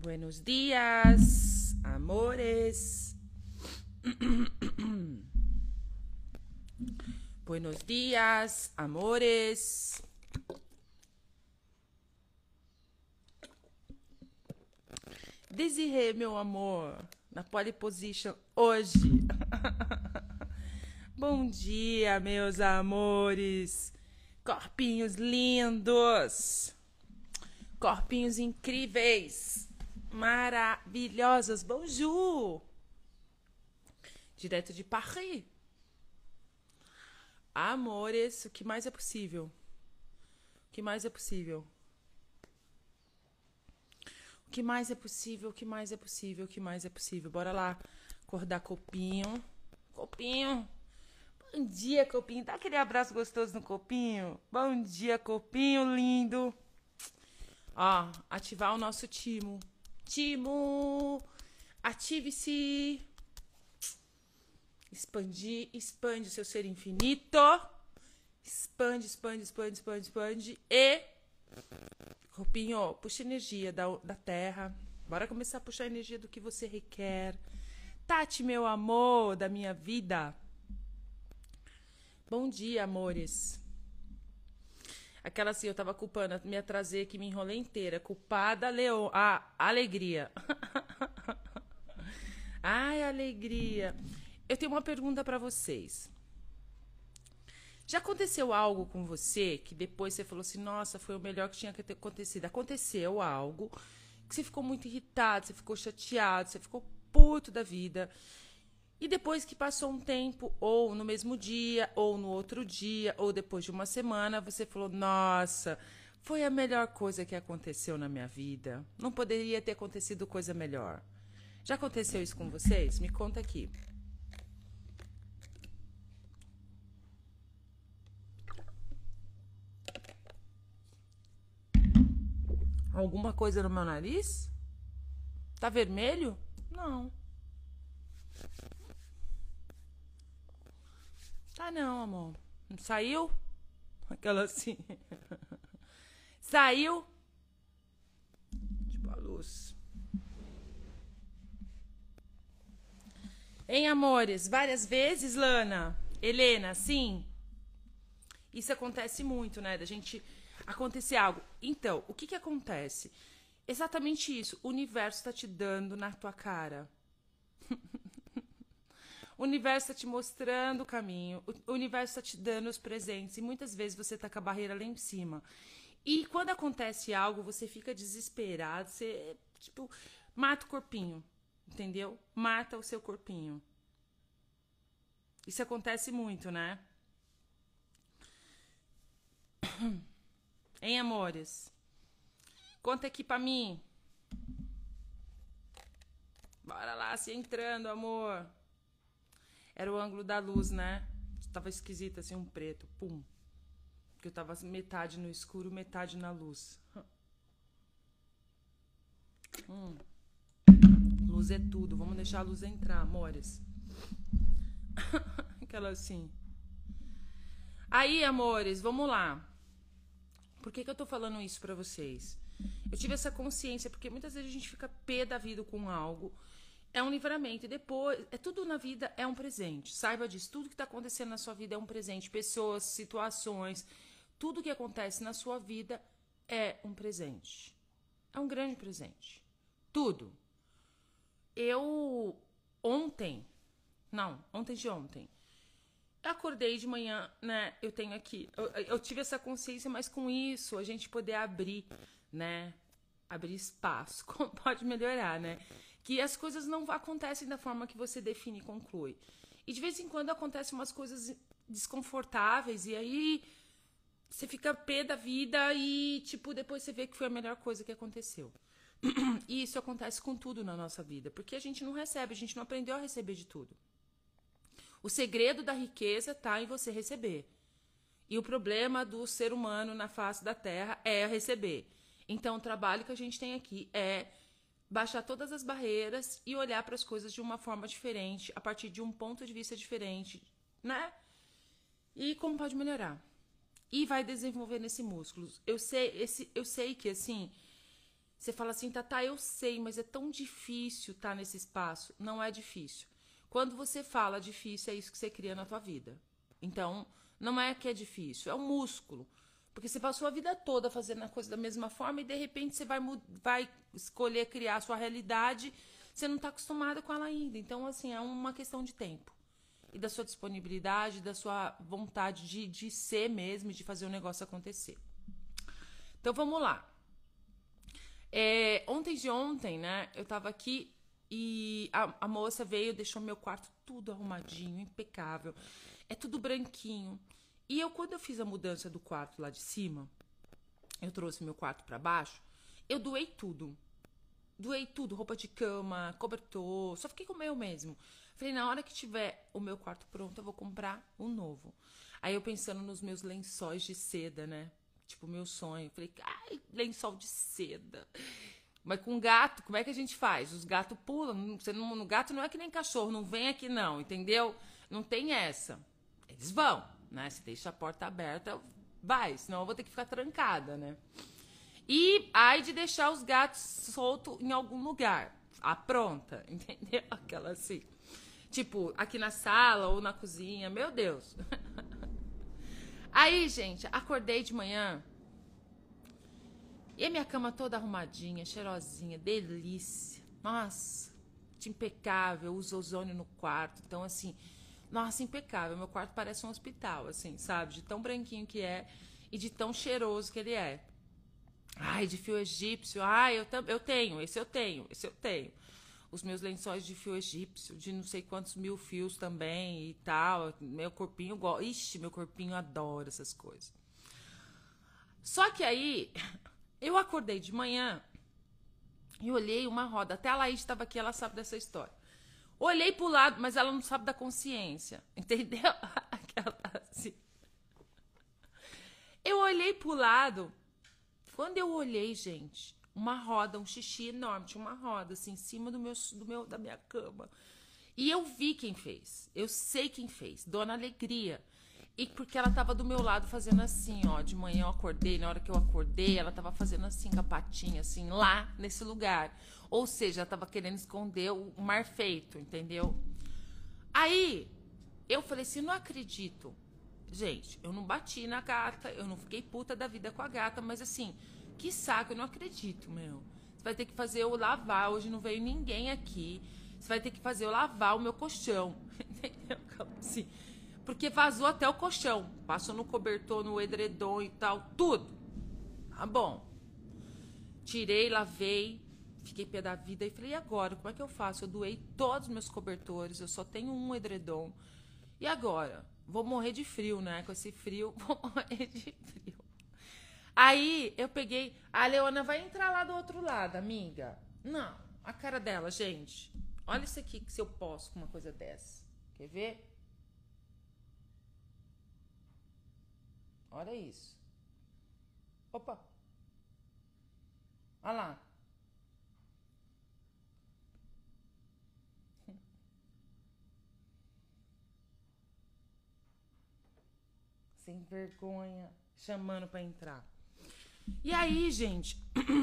Buenos dias, amores. Buenos dias, amores. Desirê, meu amor, na pole position hoje. Bom dia, meus amores. Corpinhos lindos. Corpinhos incríveis. Maravilhosos. Bonjour. Direto de Paris. Amores, o que mais é possível? O que mais é possível? O que mais é possível? O que mais é possível? O que mais é possível? Bora lá acordar Copinho. Copinho. Bom dia, Copinho. Dá aquele abraço gostoso no Copinho. Bom dia, Copinho lindo. Ó, ativar o nosso timo. Timo! Ative-se! Expandir, expande o seu ser infinito. Expande, expande, expande, expande, expande. E, Copinho, puxa energia da terra. Bora começar a puxar a energia do que você requer. Tati, meu amor da minha vida. Bom dia, amores. Aquela assim, eu tava culpando, me atrasei aqui, me enrolei inteira. Culpada, Leon. Ah, alegria. Ai, alegria. Eu tenho uma pergunta pra vocês. Já aconteceu algo com você que depois você falou assim, nossa, foi o melhor que tinha que ter acontecido? Aconteceu algo que você ficou muito irritado, você ficou chateado, você ficou puto da vida. E depois que passou um tempo, ou no mesmo dia, ou no outro dia, ou depois de uma semana, você falou, nossa, foi a melhor coisa que aconteceu na minha vida. Não poderia ter acontecido coisa melhor. Já aconteceu isso com vocês? Me conta aqui. Alguma coisa no meu nariz? Tá vermelho? Não. Tá não, amor. Não saiu? Aquela assim. Saiu? Tipo a luz. Hein, amores? Várias vezes, Lana? Helena, sim? Isso acontece muito, né? Da gente acontecer algo. Então, o que acontece? Exatamente isso. O universo tá te dando na tua cara. O universo está te mostrando o caminho, o universo está te dando os presentes e muitas vezes você está com a barreira lá em cima. E quando acontece algo, você fica desesperado, você, tipo, mata o corpinho, entendeu? Mata o seu corpinho. Isso acontece muito, né? Hein, amores? Conta aqui pra mim. Bora lá, se entrando, amor. Era o ângulo da luz, né? Tava esquisito, assim, um preto. Pum. Porque eu tava metade no escuro, metade na luz. Luz é tudo. Vamos deixar a luz entrar, amores. Aquela assim. Aí, amores, vamos lá. Por que eu tô falando isso pra vocês? Eu tive essa consciência, porque muitas vezes a gente fica pé da vida com algo. É um livramento. E depois, tudo na vida é um presente. Saiba disso. Tudo que está acontecendo na sua vida é um presente. Pessoas, situações, tudo que acontece na sua vida é um presente. É um grande presente. Tudo. Ontem de ontem, eu acordei de manhã, né? Eu tenho aqui, eu tive essa consciência, mas com isso a gente poder abrir, né? Abrir espaço. Como pode melhorar, né? Que as coisas não acontecem da forma que você define e conclui. E de vez em quando acontecem umas coisas desconfortáveis e aí você fica pé da vida e, tipo, depois você vê que foi a melhor coisa que aconteceu. E isso acontece com tudo na nossa vida, porque a gente não recebe, a gente não aprendeu a receber de tudo. O segredo da riqueza tá em você receber. E o problema do ser humano na face da Terra é receber. Então, o trabalho que a gente tem aqui é baixar todas as barreiras e olhar para as coisas de uma forma diferente, a partir de um ponto de vista diferente, né? E como pode melhorar. E vai desenvolvendo esse músculo. Eu sei que, assim, Você fala assim, Tatá, eu sei, mas é tão difícil estar nesse espaço. Não é difícil. Quando você fala difícil, é isso que você cria na tua vida. Então, não é que é difícil, é um músculo. Porque você passou a vida toda fazendo a coisa da mesma forma e de repente você vai escolher criar a sua realidade, você não está acostumada com ela ainda. Então, assim, é uma questão de tempo. E da sua disponibilidade, da sua vontade de ser mesmo, de fazer o negócio acontecer. Então, vamos lá. Ontem de ontem, né, eu tava aqui e a moça veio, deixou meu quarto tudo arrumadinho, impecável. É tudo branquinho. E quando eu fiz a mudança do quarto lá de cima, eu trouxe meu quarto pra baixo, eu doei tudo. Doei tudo, roupa de cama, cobertor, só fiquei com o meu mesmo. Falei, na hora que tiver o meu quarto pronto, eu vou comprar um novo. Aí eu pensando nos meus lençóis de seda, né? Tipo, meu sonho. Falei, ai, lençol de seda. Mas com gato, como é que a gente faz? Os gatos pulam. No gato não é que nem cachorro, não vem aqui não, entendeu? Não tem essa. Eles vão, né? Se deixa a porta aberta, vai. Senão eu vou ter que ficar trancada, né? E ai de deixar os gatos soltos em algum lugar. Apronta, entendeu? Aquela assim. Tipo, aqui na sala ou na cozinha. Meu Deus. Aí, gente, acordei de manhã. E a minha cama toda arrumadinha, cheirosinha, delícia. Nossa, impecável, uso ozônio no quarto. Então, assim, nossa, impecável. Meu quarto parece um hospital, assim, sabe? De tão branquinho que é e de tão cheiroso que ele é. Ai, de fio egípcio. Ai, eu tenho, esse eu tenho. Os meus lençóis de fio egípcio, de não sei quantos mil fios também e tal. Meu corpinho, ixi, meu corpinho adora essas coisas. Só que aí, eu acordei de manhã e olhei uma roda. Até a Laís estava aqui, ela sabe dessa história. Olhei pro lado, mas ela não sabe da consciência, entendeu? Aquela assim. Eu olhei pro lado. Quando eu olhei, gente, uma roda, um xixi enorme, tinha uma roda assim em cima da minha cama. E eu vi quem fez. Eu sei quem fez. Dona Alegria. E porque ela tava do meu lado fazendo assim, ó. De manhã eu acordei, na hora que eu acordei, ela tava fazendo assim com a patinha, assim, lá nesse lugar. Ou seja, ela tava querendo esconder o mar feito, entendeu? Aí, eu falei assim, não acredito. Gente, eu não bati na gata, eu não fiquei puta da vida com a gata, mas assim, que saco, eu não acredito, meu. Você vai ter que fazer eu lavar, hoje não veio ninguém aqui. Você vai ter que fazer eu lavar o meu colchão. Entendeu? Assim, porque vazou até o colchão. Passou no cobertor, no edredom e tal, tudo. Tá bom. Tirei, lavei, fiquei pé da vida e falei, e agora? Como é que eu faço? Eu doei todos os meus cobertores, eu só tenho um edredom. E agora? Vou morrer de frio, né? Com esse frio, vou morrer de frio. Aí, eu peguei... A Leona vai entrar lá do outro lado, amiga. Não, a cara dela, gente. Olha isso aqui, se eu posso com uma coisa dessa. Quer ver? Olha isso. Opa. Olha lá. Sem vergonha, chamando pra entrar. E aí, gente,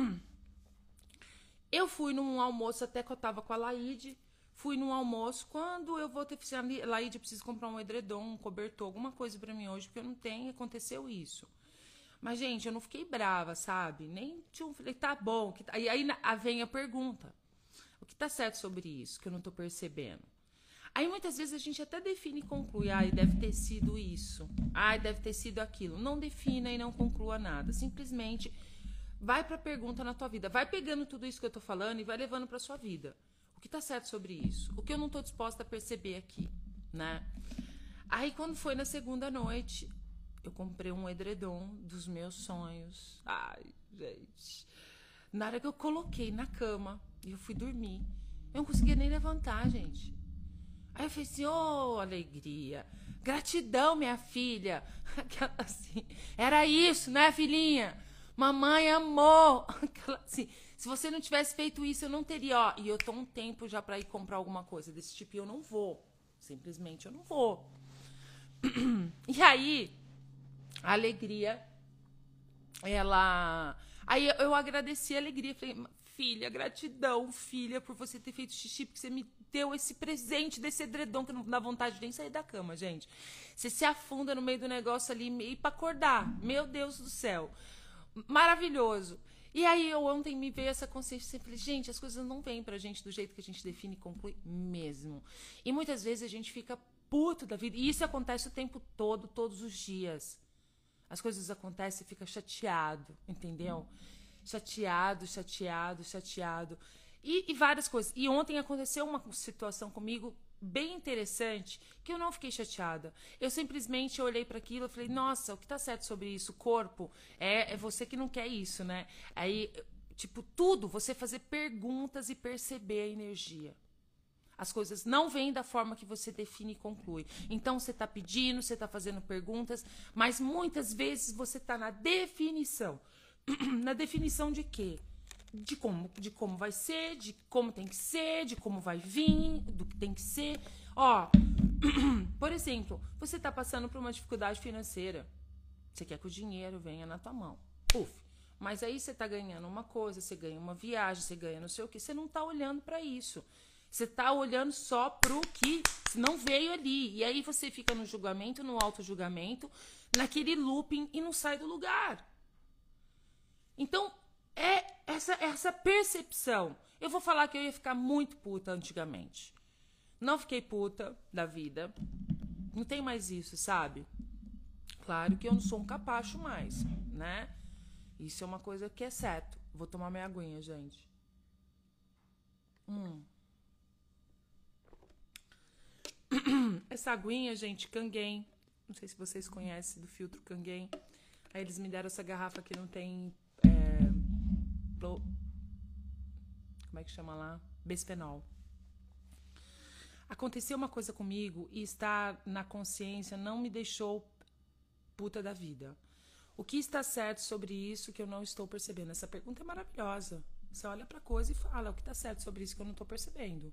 eu fui num almoço, até que eu tava com a Laíde, fui num almoço, quando eu vou ter que fazer, Laíde, eu preciso comprar um edredom, um cobertor, alguma coisa pra mim hoje, porque eu não tenho, aconteceu isso. Mas, gente, eu não fiquei brava, sabe? Nem falei, tá bom. Aí vem a pergunta, o que tá certo sobre isso, que eu não tô percebendo? Aí muitas vezes a gente até define e conclui, deve ter sido isso, deve ter sido aquilo. Não defina e não conclua nada, simplesmente vai pra pergunta na tua vida, vai pegando tudo isso que eu tô falando e vai levando pra sua vida. O que tá certo sobre isso? O que eu não tô disposta a perceber aqui, né? Aí quando foi na segunda noite, eu comprei um edredom dos meus sonhos. Ai, gente. Na hora que eu coloquei na cama e eu fui dormir, eu não conseguia nem levantar, gente. Aí eu falei assim, alegria, gratidão, minha filha. Aquela assim, era isso, né, filhinha? Mamãe amou. Aquela assim, se você não tivesse feito isso, eu não teria, E eu tô um tempo já pra ir comprar alguma coisa desse tipo e eu não vou. Simplesmente eu não vou. E aí, a alegria, ela... Aí eu agradeci a alegria. Falei, filha, gratidão, filha, por você ter feito xixi, porque você me deu esse presente desse edredom que não dá vontade de nem sair da cama, gente. Você se afunda no meio do negócio ali e pra acordar. Meu Deus do céu. Maravilhoso. E aí eu ontem me veio essa consciência e falei, gente, as coisas não vêm pra gente do jeito que a gente define e conclui mesmo. E muitas vezes a gente fica puto da vida. E isso acontece o tempo todo, todos os dias. As coisas acontecem e fica chateado, entendeu? Chateado. E várias coisas. E ontem aconteceu uma situação comigo bem interessante que eu não fiquei chateada. Eu simplesmente olhei para aquilo e falei, nossa, o que tá certo sobre isso? O corpo, é você que não quer isso, né? Aí, tipo, tudo, você fazer perguntas e perceber a energia. As coisas não vêm da forma que você define e conclui. Então, você tá pedindo, você tá fazendo perguntas, mas muitas vezes você tá na definição. Na definição de quê? De como vai ser, de como tem que ser, de como vai vir, do que tem que ser. Ó, por exemplo, você tá passando por uma dificuldade financeira. Você quer que o dinheiro venha na tua mão. Puf. Mas aí você tá ganhando uma coisa, você ganha uma viagem, você ganha não sei o quê. Você não tá olhando para isso. Você tá olhando só pro que não veio ali. E aí você fica no julgamento, no auto-julgamento, naquele looping e não sai do lugar. Então, é essa percepção. Eu vou falar que eu ia ficar muito puta antigamente. Não fiquei puta da vida. Não tem mais isso, sabe? Claro que eu não sou um capacho mais, né? Isso é uma coisa que é certo. Vou tomar minha aguinha, gente. Essa aguinha, gente, Kangen. Não sei se vocês conhecem do filtro Kangen. Aí eles me deram essa garrafa que não tem... como é que chama lá? Bisfenol. Aconteceu uma coisa comigo e estar na consciência não me deixou puta da vida. O que está certo sobre isso que eu não estou percebendo? Essa pergunta é maravilhosa. Você olha pra coisa e fala, o que está certo sobre isso que eu não estou percebendo?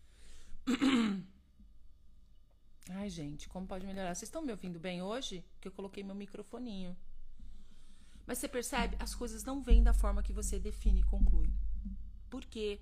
Ai, gente, como pode melhorar? Vocês estão me ouvindo bem hoje? Que eu coloquei meu microfoninho. Mas você percebe? As coisas não vêm da forma que você define e conclui. Por quê?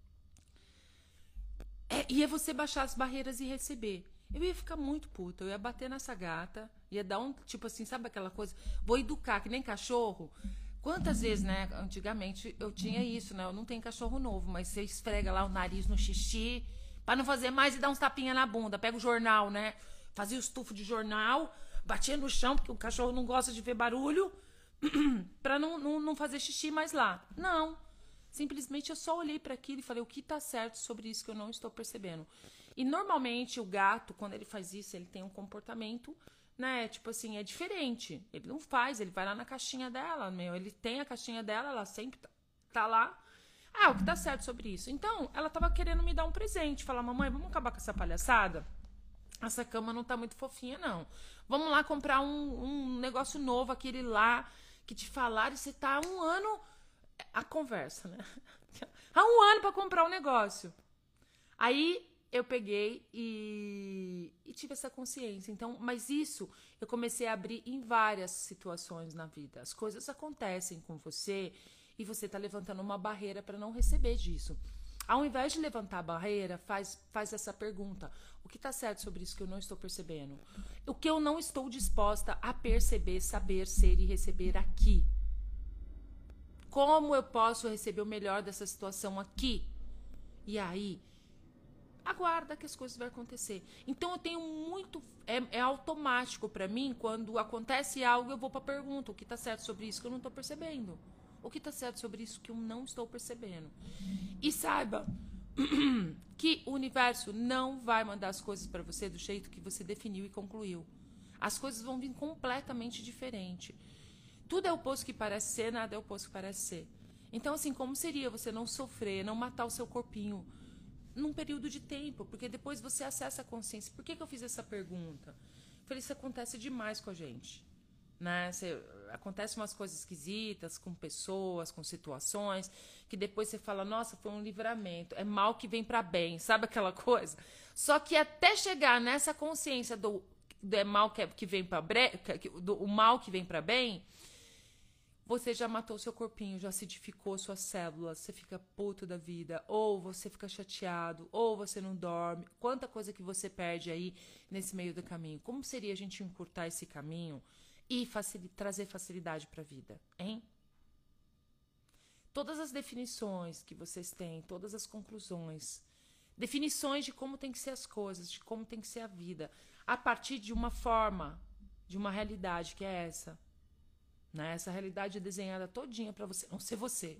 E é você baixar as barreiras e receber. Eu ia ficar muito puta, eu ia bater nessa gata, ia dar um, tipo assim, sabe aquela coisa? Vou educar, que nem cachorro. Quantas vezes, né, antigamente eu tinha isso, né? Eu não tenho cachorro novo, mas você esfrega lá o nariz no xixi, pra não fazer mais e dar uns tapinha na bunda. Pega o jornal, né? Fazia o estufo de jornal, batia no chão, porque o cachorro não gosta de ver barulho, pra não fazer xixi mais lá. Não. Simplesmente eu só olhei para aquilo e falei, o que tá certo sobre isso que eu não estou percebendo? E normalmente o gato, quando ele faz isso, ele tem um comportamento, né, tipo assim, é diferente. Ele não faz, ele vai lá na caixinha dela, ele tem a caixinha dela, ela sempre tá lá. Ah, o que tá certo sobre isso? Então, ela tava querendo me dar um presente, falar, mamãe, vamos acabar com essa palhaçada? Essa cama não tá muito fofinha, não. Vamos lá comprar um negócio novo, aquele lá, que te falaram, e você tá há um ano... A conversa, né? Há um ano pra comprar um negócio. Aí eu peguei e tive essa consciência. Então, mas isso eu comecei a abrir em várias situações na vida. As coisas acontecem com você e você tá levantando uma barreira para não receber disso. Ao invés de levantar a barreira, faz essa pergunta. O que tá certo sobre isso que eu não estou percebendo? O que eu não estou disposta a perceber, saber, ser e receber aqui? Como eu posso receber o melhor dessa situação aqui? E aí, aguarda que as coisas vão acontecer. Então eu tenho muito... É automático pra mim, quando acontece algo, eu vou pra pergunta. O que tá certo sobre isso que eu não tô percebendo? O que tá certo sobre isso que eu não estou percebendo? E saiba que o universo não vai mandar as coisas pra você do jeito que você definiu e concluiu. As coisas vão vir completamente diferente. Tudo é o oposto que parece ser, nada é o oposto que parece ser. Então, assim, como seria você não sofrer, não matar o seu corpinho num período de tempo? Porque depois você acessa a consciência. Por que eu fiz essa pergunta? Eu falei, isso acontece demais com a gente. Né? Acontecem umas coisas esquisitas com pessoas, com situações, que depois você fala, nossa, foi um livramento. É mal que vem pra bem, sabe aquela coisa? Só que até chegar nessa consciência do mal que vem pra o mal que vem pra bem... você já matou seu corpinho, já acidificou suas células, você fica puto da vida, ou você fica chateado, ou você não dorme. Quanta coisa que você perde aí nesse meio do caminho. Como seria a gente encurtar esse caminho e trazer facilidade para a vida, hein? Todas as definições que vocês têm, todas as conclusões, definições de como tem que ser as coisas, de como tem que ser a vida, a partir de uma forma, de uma realidade que é essa. Né? Essa realidade é desenhada todinha para você, não ser você.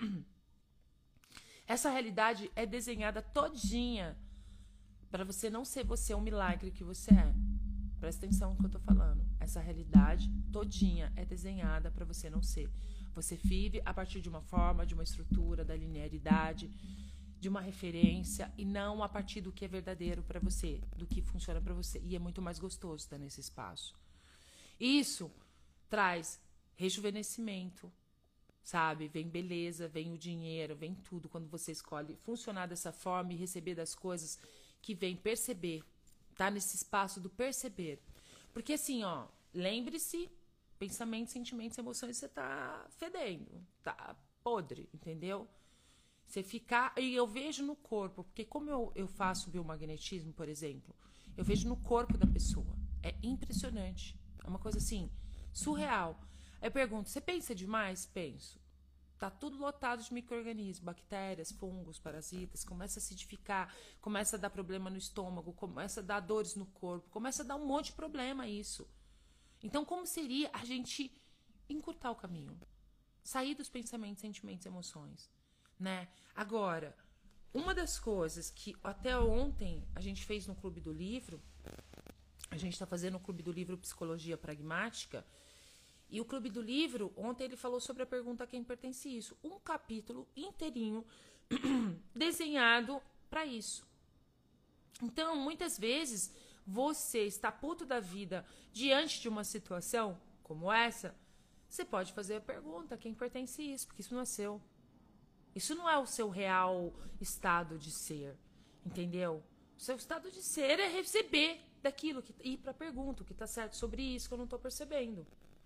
Essa realidade é desenhada todinha para você não ser você, o milagre que você é. Presta atenção no que eu tô falando. Essa realidade todinha é desenhada para você não ser. Você vive a partir de uma forma, de uma estrutura, da linearidade, de uma referência, e não a partir do que é verdadeiro para você, do que funciona para você. E é muito mais gostoso estar nesse espaço. Isso traz rejuvenescimento, sabe? Vem beleza, vem o dinheiro, vem tudo quando você escolhe funcionar dessa forma e receber das coisas que vem perceber, tá? Nesse espaço do perceber. Porque assim, ó, lembre-se, pensamentos, sentimentos, emoções, você tá fedendo, tá podre, entendeu? Você ficar... E eu vejo no corpo, porque como eu faço biomagnetismo, por exemplo, eu vejo no corpo da pessoa. É impressionante. É uma coisa assim, surreal. Aí eu pergunto, você pensa demais? Penso. Tá tudo lotado de micro-organismos, bactérias, fungos, parasitas, começa a acidificar, começa a dar problema no estômago, começa a dar dores no corpo, começa a dar um monte de problema isso. Então, como seria a gente encurtar o caminho? Sair dos pensamentos, sentimentos, emoções, né? Agora, uma das coisas que até ontem a gente fez no Clube do Livro, a gente está fazendo o Clube do Livro Psicologia Pragmática, e o Clube do Livro, ontem ele falou sobre a pergunta a quem pertence isso. Um capítulo inteirinho desenhado para isso. Então, muitas vezes, você está puto da vida diante de uma situação como essa, você pode fazer a pergunta a quem pertence isso, porque isso não é seu. Isso não é o seu real estado de ser, entendeu? O seu estado de ser é receber daquilo, ir para a pergunta, o que está certo sobre isso que eu não estou percebendo.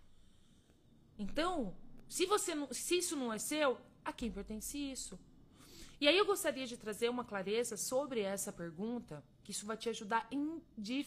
Então, se isso não é seu, a quem pertence isso? E aí eu gostaria de trazer uma clareza sobre essa pergunta, que isso vai te ajudar em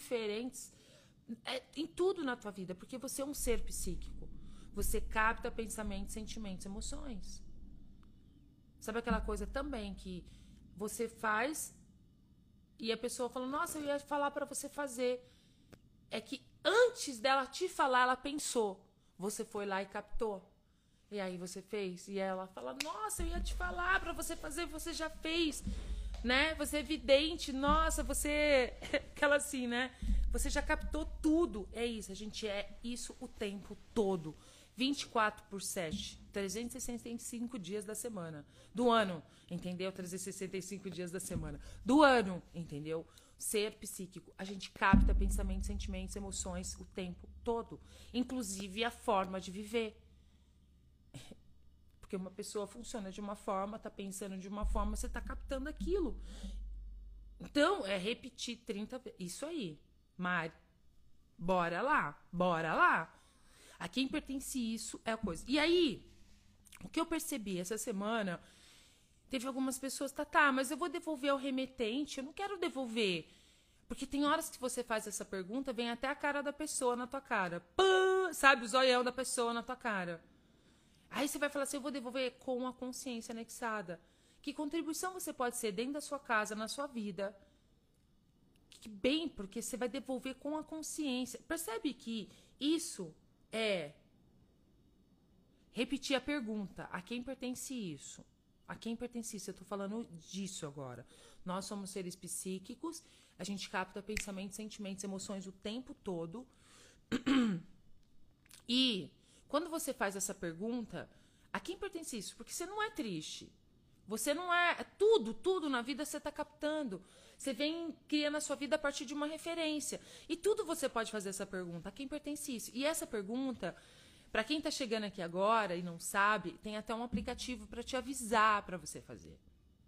em tudo na tua vida, porque você é um ser psíquico. Você capta pensamentos, sentimentos, emoções. Sabe aquela coisa também que você faz e a pessoa fala, nossa, eu ia falar pra você fazer. É que antes dela te falar, ela pensou. Você foi lá e captou. E aí você fez. E ela fala, nossa, eu ia te falar pra você fazer, você já fez. Né? Você é vidente, nossa, você... Aquela assim, né? Você já captou tudo. É isso, a gente é isso o tempo todo. 24/7, 365 dias da semana. Do ano, entendeu? 365 dias da semana. Do ano, entendeu? Ser psíquico. A gente capta pensamentos, sentimentos, emoções o tempo todo. Inclusive a forma de viver. Porque uma pessoa funciona de uma forma, tá pensando de uma forma, você tá captando aquilo. Então, é repetir 30 vezes. Isso aí. Mari, bora lá. Bora lá. A quem pertence isso é a coisa. E aí, o que eu percebi essa semana, teve algumas pessoas, tá, mas eu vou devolver ao remetente, eu não quero devolver. Porque tem horas que você faz essa pergunta, vem até a cara da pessoa na tua cara. Pã! Sabe, o zoião da pessoa na tua cara. Aí você vai falar assim, eu vou devolver com a consciência anexada. Que contribuição você pode ser dentro da sua casa, na sua vida? Que bem, porque você vai devolver com a consciência. Percebe que isso é repetir a pergunta, a quem pertence isso? A quem pertence isso? Eu tô falando disso agora. Nós somos seres psíquicos, a gente capta pensamentos, sentimentos, emoções o tempo todo. E quando você faz essa pergunta, a quem pertence isso? Porque você não é triste. Você não é... Tudo na vida você tá captando. Você vem criando a sua vida a partir de uma referência. E tudo você pode fazer essa pergunta. A quem pertence isso? E essa pergunta, para quem tá chegando aqui agora e não sabe, tem até um aplicativo para te avisar para você fazer.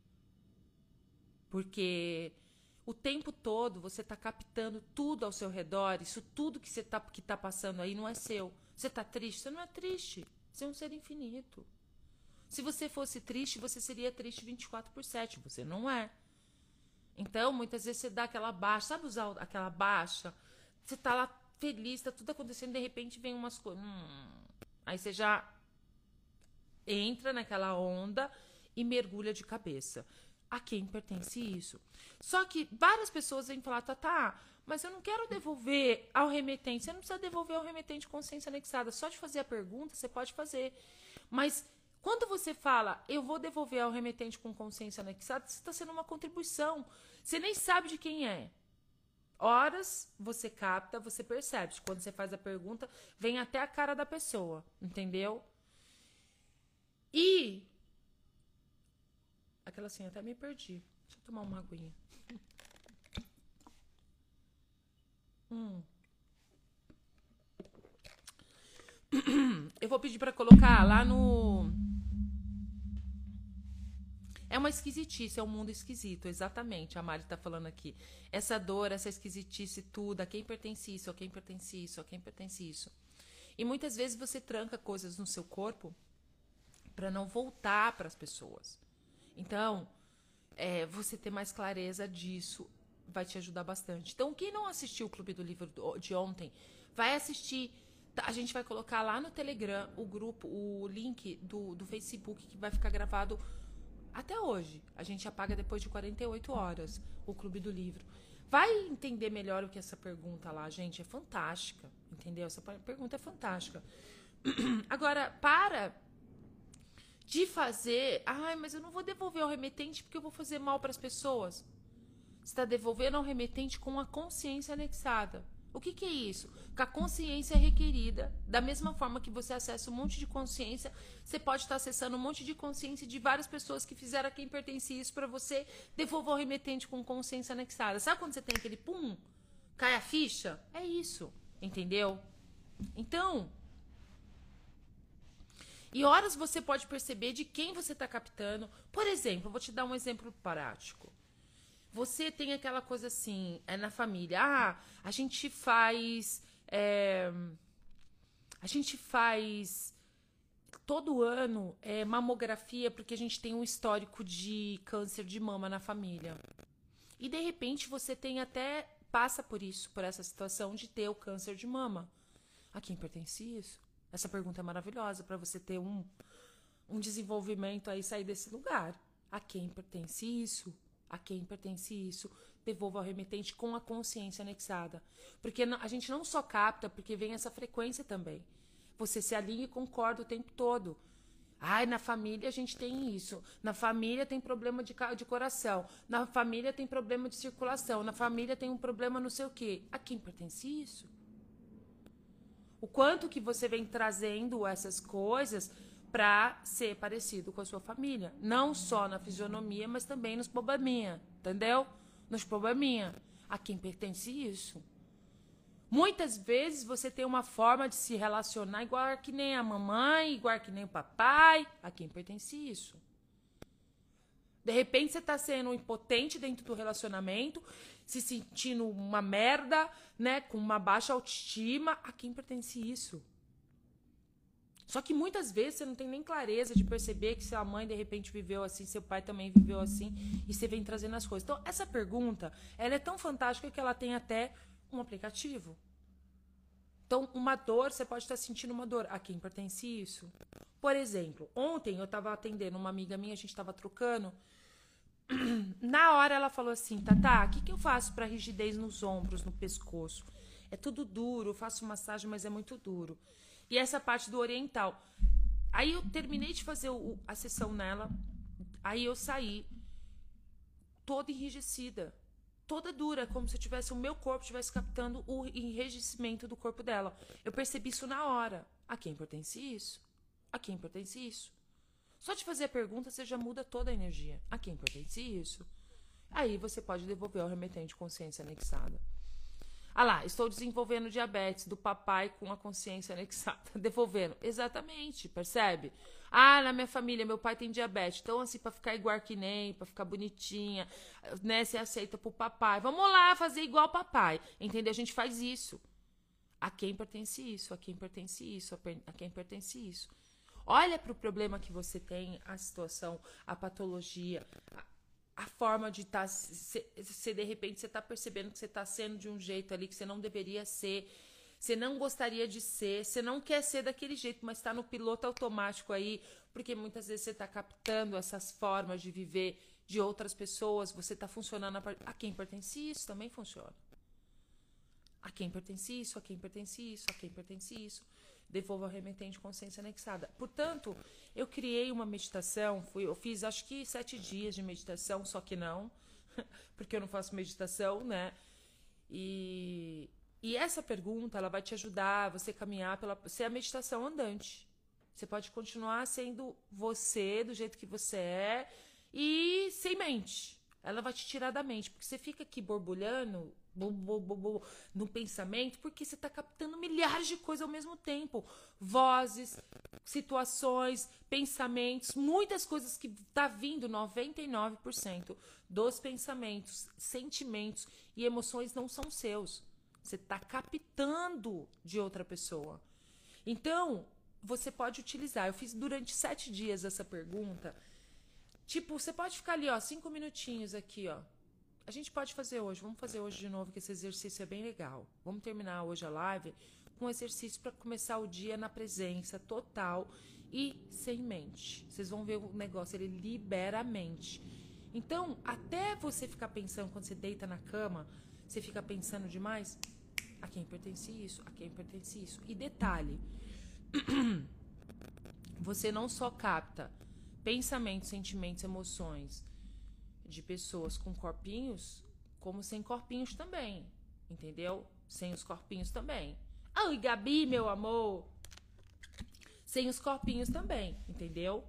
Porque o tempo todo você tá captando tudo ao seu redor. Isso tudo que tá passando aí não é seu. Você tá triste? Você não é triste. Você é um ser infinito. Se você fosse triste, você seria triste 24/7. Você não é. Então, muitas vezes você dá aquela baixa. Sabe usar aquela baixa? Você tá lá feliz, tá tudo acontecendo, de repente vem umas coisas. Aí você já entra naquela onda e mergulha de cabeça. A quem pertence isso? Só que várias pessoas vêm falar, tá, mas eu não quero devolver ao remetente. Você não precisa devolver ao remetente consciência anexada. Só de fazer a pergunta, você pode fazer. Mas quando você fala, eu vou devolver ao remetente com consciência anexada, você está sendo uma contribuição. Você nem sabe de quem é. Horas você capta, você percebe. Quando você faz a pergunta, vem até a cara da pessoa. Entendeu? E... aquela assim, até me perdi. Deixa eu tomar uma aguinha. Eu vou pedir pra colocar lá no... É uma esquisitice, é um mundo esquisito, exatamente. A Mari tá falando aqui. Essa dor, essa esquisitice, tudo. A quem pertence isso, a quem pertence isso, a quem pertence isso. E muitas vezes você tranca coisas no seu corpo pra não voltar pras pessoas. Então, você ter mais clareza disso vai te ajudar bastante. Então, quem não assistiu o Clube do Livro de ontem, vai assistir. A gente vai colocar lá no Telegram o grupo, o link do Facebook, que vai ficar gravado até hoje. A gente apaga depois de 48 horas o Clube do Livro. Vai entender melhor o que essa pergunta lá, gente. É fantástica, entendeu? Essa pergunta é fantástica. Agora, para de fazer... Ai, mas eu não vou devolver ao remetente porque eu vou fazer mal para as pessoas. Você está devolvendo ao remetente com a consciência anexada. O que é isso? Que a consciência é requerida. Da mesma forma que você acessa um monte de consciência, você pode estar acessando um monte de consciência de várias pessoas que fizeram a quem pertence isso para você devolver ao remetente com consciência anexada. Sabe quando você tem aquele pum, cai a ficha? É isso, entendeu? Então... E horas você pode perceber de quem você está captando. Por exemplo, eu vou te dar um exemplo prático. Você tem aquela coisa assim, na família. A gente faz todo ano mamografia porque a gente tem um histórico de câncer de mama na família. E de repente você passa por isso, por essa situação de ter o câncer de mama. A quem pertence isso? Essa pergunta é maravilhosa para você ter um desenvolvimento aí, sair desse lugar. A quem pertence isso? A quem pertence isso? Devolva ao remetente com a consciência anexada. Porque a gente não só capta, porque vem essa frequência também. Você se alinha e concorda o tempo todo. Na família a gente tem isso. Na família tem problema de coração. Na família tem problema de circulação. Na família tem um problema não sei o quê. A quem pertence isso? O quanto que você vem trazendo essas coisas para ser parecido com a sua família. Não só na fisionomia, mas também nos probleminha. Entendeu? Nos probleminha. A quem pertence isso? Muitas vezes você tem uma forma de se relacionar igual que nem a mamãe, igual que nem o papai. A quem pertence isso? De repente você tá sendo impotente dentro do relacionamento, se sentindo uma merda, né, com uma baixa autoestima. A quem pertence isso? Só que muitas vezes você não tem nem clareza de perceber que sua mãe de repente viveu assim, seu pai também viveu assim, e você vem trazendo as coisas. Então, essa pergunta, ela é tão fantástica que ela tem até um aplicativo. Então, uma dor, você pode estar sentindo uma dor. A quem pertence isso? Por exemplo, ontem eu estava atendendo uma amiga minha, a gente estava trocando. Na hora ela falou assim, Tatá, o que eu faço para rigidez nos ombros, no pescoço? É tudo duro, eu faço massagem, mas é muito duro. E essa parte do oriental. Aí eu terminei de fazer a sessão nela, aí eu saí toda enrijecida, toda dura, como se eu tivesse, o meu corpo estivesse captando o enrijecimento do corpo dela. Eu percebi isso na hora. A quem pertence isso? A quem pertence isso? Só de fazer a pergunta, você já muda toda a energia. A quem pertence isso? Aí você pode devolver ao remetente consciência anexada. Lá, estou desenvolvendo diabetes do papai com a consciência anexada. Devolvendo. Exatamente, percebe? Na minha família, meu pai tem diabetes. Então, assim, pra ficar igual que nem, pra ficar bonitinha, né? Você aceita pro papai. Vamos lá fazer igual o papai. Entendeu? A gente faz isso. A quem pertence isso? A quem pertence isso? A quem pertence isso? Olha para o problema que você tem, a situação, a patologia, a forma de estar, se de repente você está percebendo que você está sendo de um jeito ali que você não deveria ser, você não gostaria de ser, você não quer ser daquele jeito, mas está no piloto automático aí, porque muitas vezes você está captando essas formas de viver de outras pessoas, você está funcionando a quem pertence isso, também funciona. A quem pertence isso, a quem pertence isso, a quem pertence isso. Devolva ao remetente de consciência anexada. Portanto, eu criei uma meditação, eu fiz acho que 7 dias de meditação, só que não, porque eu não faço meditação, né? E essa pergunta, ela vai te ajudar a você caminhar ser a meditação andante. Você pode continuar sendo você, do jeito que você é, e sem mente. Ela vai te tirar da mente, porque você fica aqui borbulhando no pensamento, porque você está captando milhares de coisas ao mesmo tempo. Vozes, situações, pensamentos, muitas coisas que tá vindo, 99% dos pensamentos, sentimentos e emoções não são seus. Você está captando de outra pessoa. Então, você pode utilizar. Eu fiz durante 7 dias essa pergunta. Tipo, você pode ficar ali, ó, 5 minutinhos aqui, ó. A gente pode fazer hoje. Vamos fazer hoje de novo, que esse exercício é bem legal. Vamos terminar hoje a live com um exercício para começar o dia na presença total e sem mente. Vocês vão ver o negócio, ele libera a mente. Então, até você ficar pensando, quando você deita na cama, você fica pensando demais, a quem pertence isso, a quem pertence isso. E detalhe, você não só capta pensamentos, sentimentos, emoções de pessoas com corpinhos, como sem corpinhos também, entendeu? Sem os corpinhos também. Ai, Gabi, meu amor! Sem os corpinhos também, entendeu?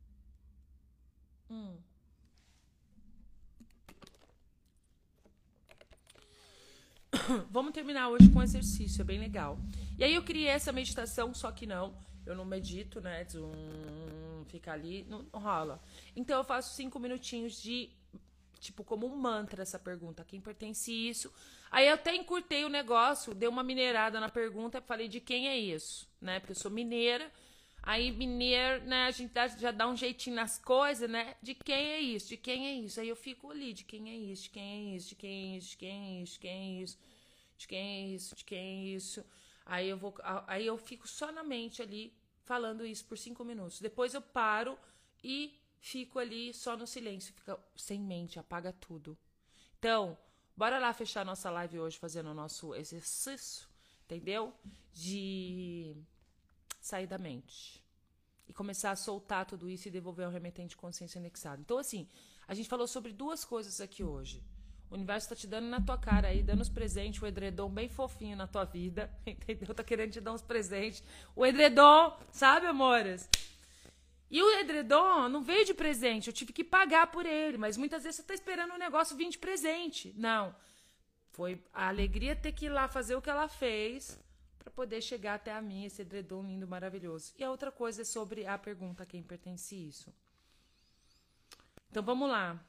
Vamos terminar hoje com um exercício, é bem legal. E aí eu criei essa meditação, só que não, eu não medito, né? Fica ali, não rola. Então eu faço 5 minutinhos de, tipo, como um mantra essa pergunta, a quem pertence isso? Aí eu até encurtei o negócio, dei uma mineirada na pergunta, falei de quem é isso, né? Porque eu sou mineira, aí mineiro, né? A gente já dá um jeitinho nas coisas, né? De quem é isso, de quem é isso? Aí eu fico ali, de quem é isso, de quem é isso, de quem é isso, de quem é isso, de quem é isso, de quem é isso, de quem é isso. Aí eu fico só na mente ali, falando isso por 5 minutos. Depois eu paro e fico ali só no silêncio. Fica sem mente, apaga tudo. Então, bora lá fechar nossa live hoje fazendo o nosso exercício, entendeu? De sair da mente. E começar a soltar tudo isso e devolver ao remetente de consciência anexado. Então, assim, a gente falou sobre 2 coisas aqui hoje. O universo tá te dando na tua cara aí, dando os presentes, o edredom bem fofinho na tua vida, entendeu? Tá querendo te dar uns presentes. O edredom, sabe, amores? E o edredom não veio de presente, eu tive que pagar por ele, mas muitas vezes você tá esperando o negócio vir de presente. Não, foi a alegria ter que ir lá fazer o que ela fez para poder chegar até a mim, esse edredom lindo, maravilhoso. E a outra coisa é sobre a pergunta a quem pertence isso. Então vamos lá.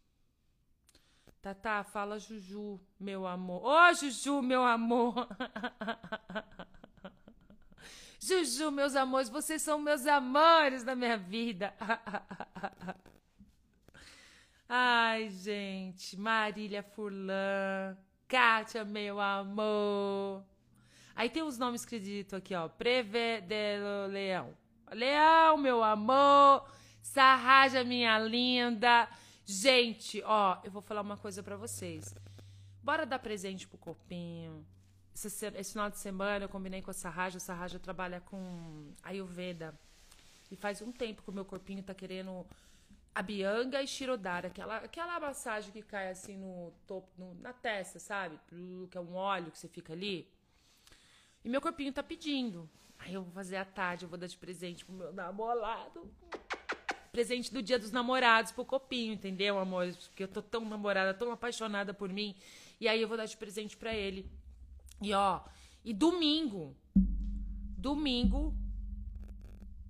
Tatá, fala Juju, meu amor. Ô, Juju, meu amor. Juju, meus amores, vocês são meus amores da minha vida. Ai, gente. Marília Furlan. Kátia, meu amor. Aí tem os nomes que dito aqui, ó. Prevedelo Leão. Leão, meu amor. Sarraja, minha linda. Gente, ó, eu vou falar uma coisa pra vocês. Bora dar presente pro corpinho. Esse final de semana eu combinei com a Sarraja trabalha com Ayurveda. E faz um tempo que o meu corpinho tá querendo Abhyanga e Shirodhara, aquela massagem que cai assim no topo, na testa, sabe? Que é um óleo que você fica ali. E meu corpinho tá pedindo. Aí eu vou fazer à tarde, eu vou dar de presente pro meu namorado. Presente do Dia dos Namorados pro copinho, entendeu, amor? Porque eu tô tão namorada, tão apaixonada por mim. E aí eu vou dar de presente pra ele. E ó, e domingo,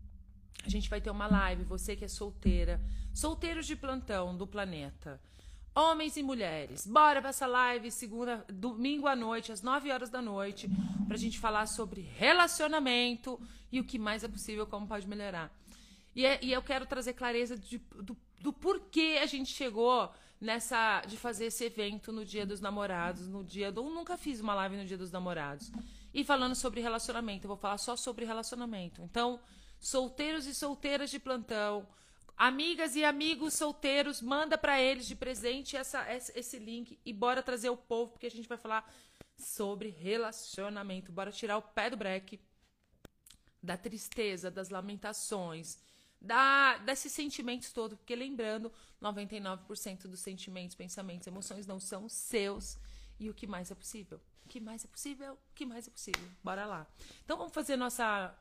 a gente vai ter uma live, você que é solteira, solteiros de plantão do planeta. Homens e mulheres, bora pra essa live domingo à noite, às 9 horas da noite, pra gente falar sobre relacionamento e o que mais é possível, como pode melhorar. E eu quero trazer clareza do porquê a gente chegou de fazer esse evento no Dia dos Namorados, nunca fiz uma live no Dia dos Namorados. E falando sobre relacionamento, eu vou falar só sobre relacionamento. Então, solteiros e solteiras de plantão, amigas e amigos solteiros, manda pra eles de presente esse link e bora trazer o povo, porque a gente vai falar sobre relacionamento. Bora tirar o pé do breque, da tristeza, das lamentações, desses sentimentos todos, porque lembrando, 99% dos sentimentos, pensamentos, emoções não são seus. E o que mais é possível? O que mais é possível? O que mais é possível? Bora lá. Então vamos fazer nosso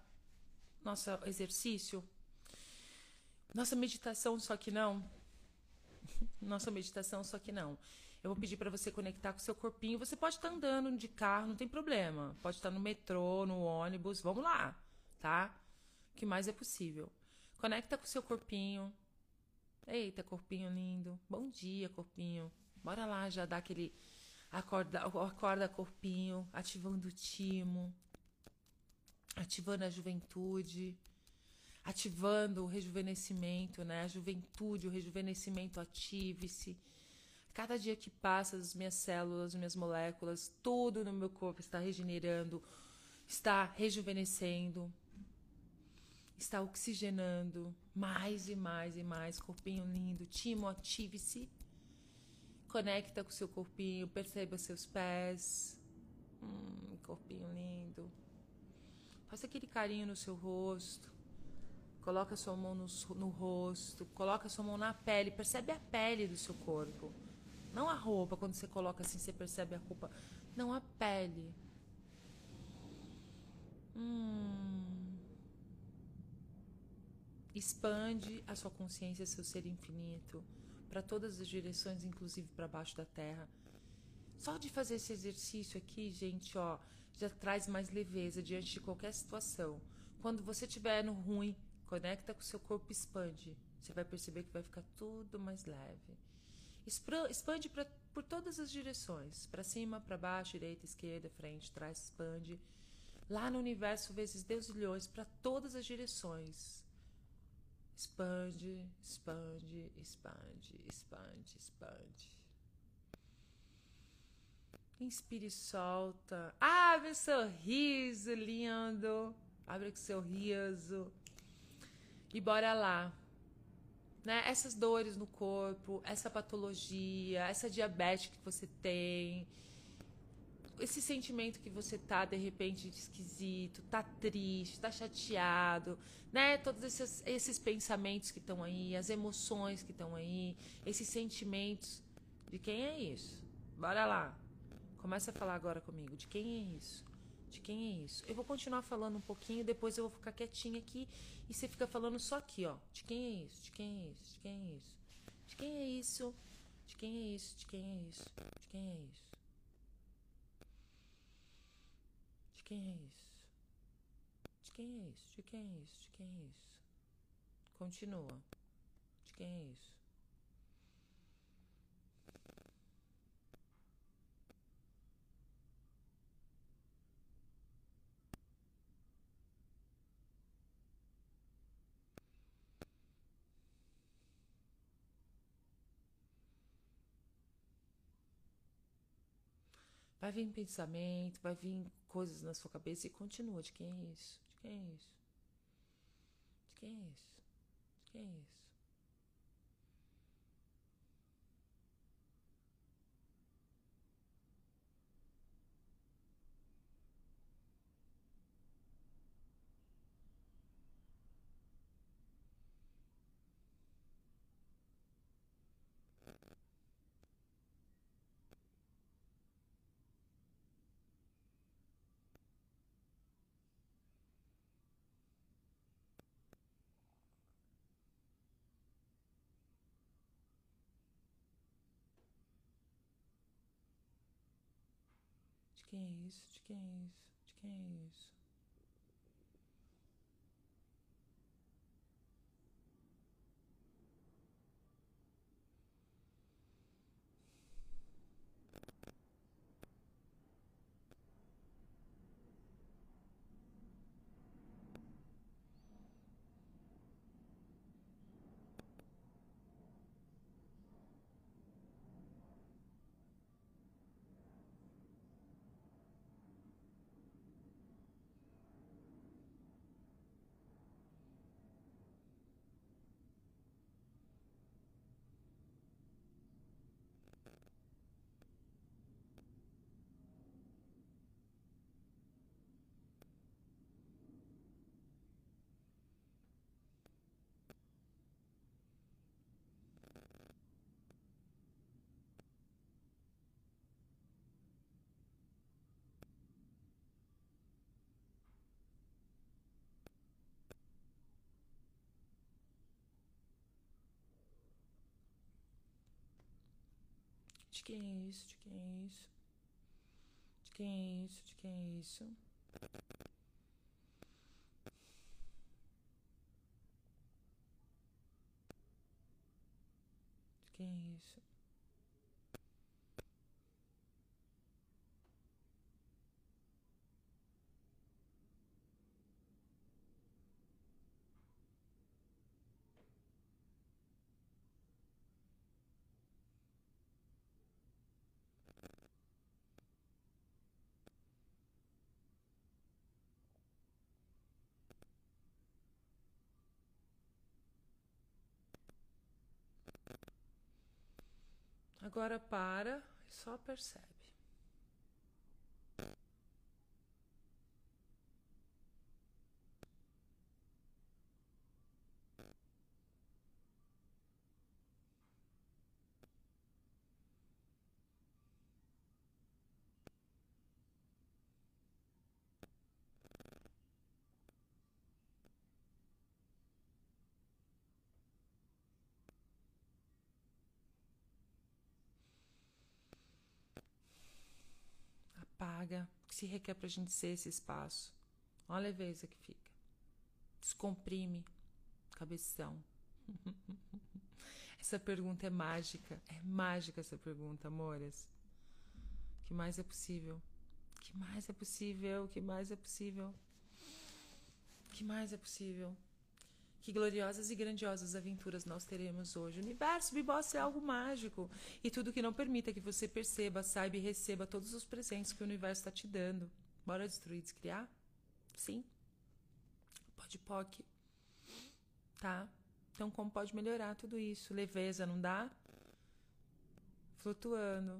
exercício? Nossa meditação, só que não. Nossa meditação, só que não. Eu vou pedir para você conectar com o seu corpinho. Você pode estar andando de carro, não tem problema. Pode estar no metrô, no ônibus. Vamos lá, tá? O que mais é possível? Conecta com o seu corpinho. Eita, corpinho lindo. Bom dia, corpinho. Bora lá, já dá aquele... Acorda corpinho, ativando o timo. Ativando a juventude. Ativando o rejuvenescimento, né? A juventude, o rejuvenescimento, ative-se. Cada dia que passa, as minhas células, as minhas moléculas, tudo no meu corpo está regenerando, está rejuvenescendo, está oxigenando mais e mais e mais. Corpinho lindo, timo, ative-se. Conecta com o seu corpinho, perceba seus pés. Corpinho lindo. Faça aquele carinho no seu rosto. Coloca sua mão no rosto, coloca sua mão na pele, percebe a pele do seu corpo. Não a roupa, quando você coloca assim, você percebe a roupa. Não, a pele. Expande a sua consciência, seu ser infinito, para todas as direções, inclusive para baixo da terra. Só de fazer esse exercício aqui, gente, ó, já traz mais leveza diante de qualquer situação. Quando você estiver no ruim, conecta com o seu corpo, expande. Você vai perceber que vai ficar tudo mais leve. Expande por todas as direções. Para cima, para baixo, direita, esquerda, frente, trás, expande. Lá no universo, vezes Deus milhões, para todas as direções. Expande, expande, expande, expande, expande. Inspire e solta. Abre o sorriso, lindo. Abre o sorriso. E bora lá. Né? Essas dores no corpo, essa patologia, essa diabetes que você tem, esse sentimento que você tá, de repente, esquisito, tá triste, tá chateado, né? Todos esses pensamentos que estão aí, as emoções que estão aí, esses sentimentos. De quem é isso? Bora lá. Começa a falar agora comigo. De quem é isso? De quem é isso? Eu vou continuar falando um pouquinho, depois eu vou ficar quietinha aqui e você fica falando só aqui, ó. De quem é isso? De quem é isso? De quem é isso? De quem é isso? De quem é isso? De quem é isso? De quem é isso? De quem é isso? De quem é isso? De quem é isso? De quem é isso? Continua. De quem é isso? Vai vir pensamento, vai vir coisas na sua cabeça e continua. De quem é isso? De quem é isso? De quem é isso? De quem é isso? De quem é isso? De quem é isso? De quem é isso? De quem é isso? De quem é isso? De quem é isso? De quem é isso? De quem é isso? Agora para e só percebe. Apaga, que se requer pra gente ser esse espaço. Olha a leveza que fica. Descomprime, cabeção. Essa pergunta é mágica. É mágica essa pergunta, amores. O que mais é possível? O que mais é possível? O que mais é possível? O que mais é possível? Que gloriosas e grandiosas aventuras nós teremos hoje. O universo me mostra algo mágico. E tudo que não permita que você perceba, saiba e receba todos os presentes que o universo está te dando. Bora destruir, descriar? Sim. Pode POC. Tá? Então, como pode melhorar tudo isso? Leveza, não dá? Flutuando.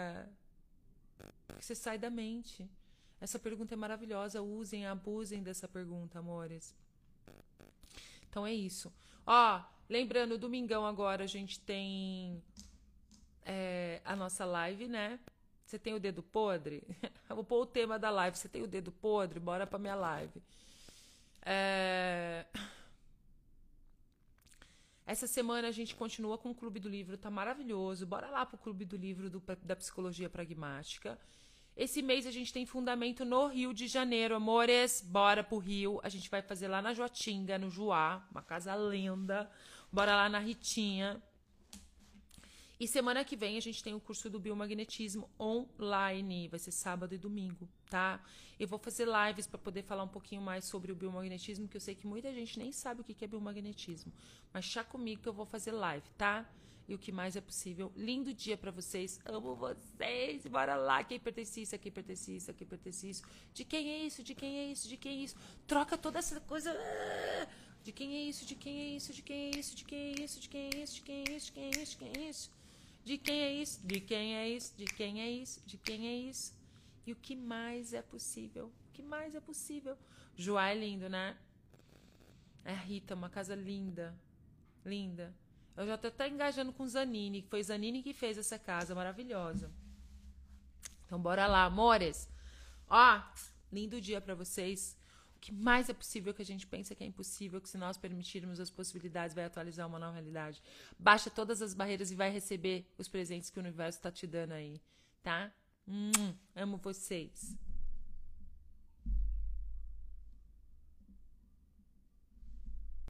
Você sai da mente. Essa pergunta é maravilhosa. Usem, abusem dessa pergunta, amores. Então é isso. Ó, lembrando, domingão agora a gente tem a nossa live, né? Você tem o dedo podre? Eu vou pôr o tema da live. Você tem o dedo podre? Bora pra minha live. Essa semana a gente continua com o Clube do Livro, tá maravilhoso. Bora lá pro Clube do Livro da Psicologia Pragmática. Esse mês a gente tem fundamento no Rio de Janeiro, amores. Bora pro Rio. A gente vai fazer lá na Joatinga, no Juá, uma casa linda. Bora lá na Ritinha. E semana que vem a gente tem o curso do biomagnetismo online. Vai ser sábado e domingo, tá? Eu vou fazer lives para poder falar um pouquinho mais sobre o biomagnetismo, que eu sei que muita gente nem sabe o que é biomagnetismo. Mas chá comigo que eu vou fazer live, tá? E o que mais é possível. Lindo dia pra vocês. Amo vocês. Bora lá. Quem pertence isso? Quem pertence isso? Quem pertence isso? De quem é isso? De quem é isso? De quem é isso? Troca toda essa coisa. De quem é isso? De quem é isso? De quem é isso? De quem é isso? De quem é isso? De quem é isso? De quem é isso? De quem é isso? De quem é isso? De quem é isso? De quem é isso? De quem é isso? E o que mais é possível? O que mais é possível? Joá é lindo, né? É a Rita, uma casa linda. Linda. Eu já tô até engajando com o Zanini, que foi o Zanini que fez essa casa maravilhosa. Então bora lá, amores. Ó, lindo dia pra vocês. O que mais é possível que a gente pensa que é impossível, que se nós permitirmos as possibilidades, vai atualizar uma nova realidade. Baixa todas as barreiras e vai receber os presentes que o universo tá te dando aí, tá? Amo vocês.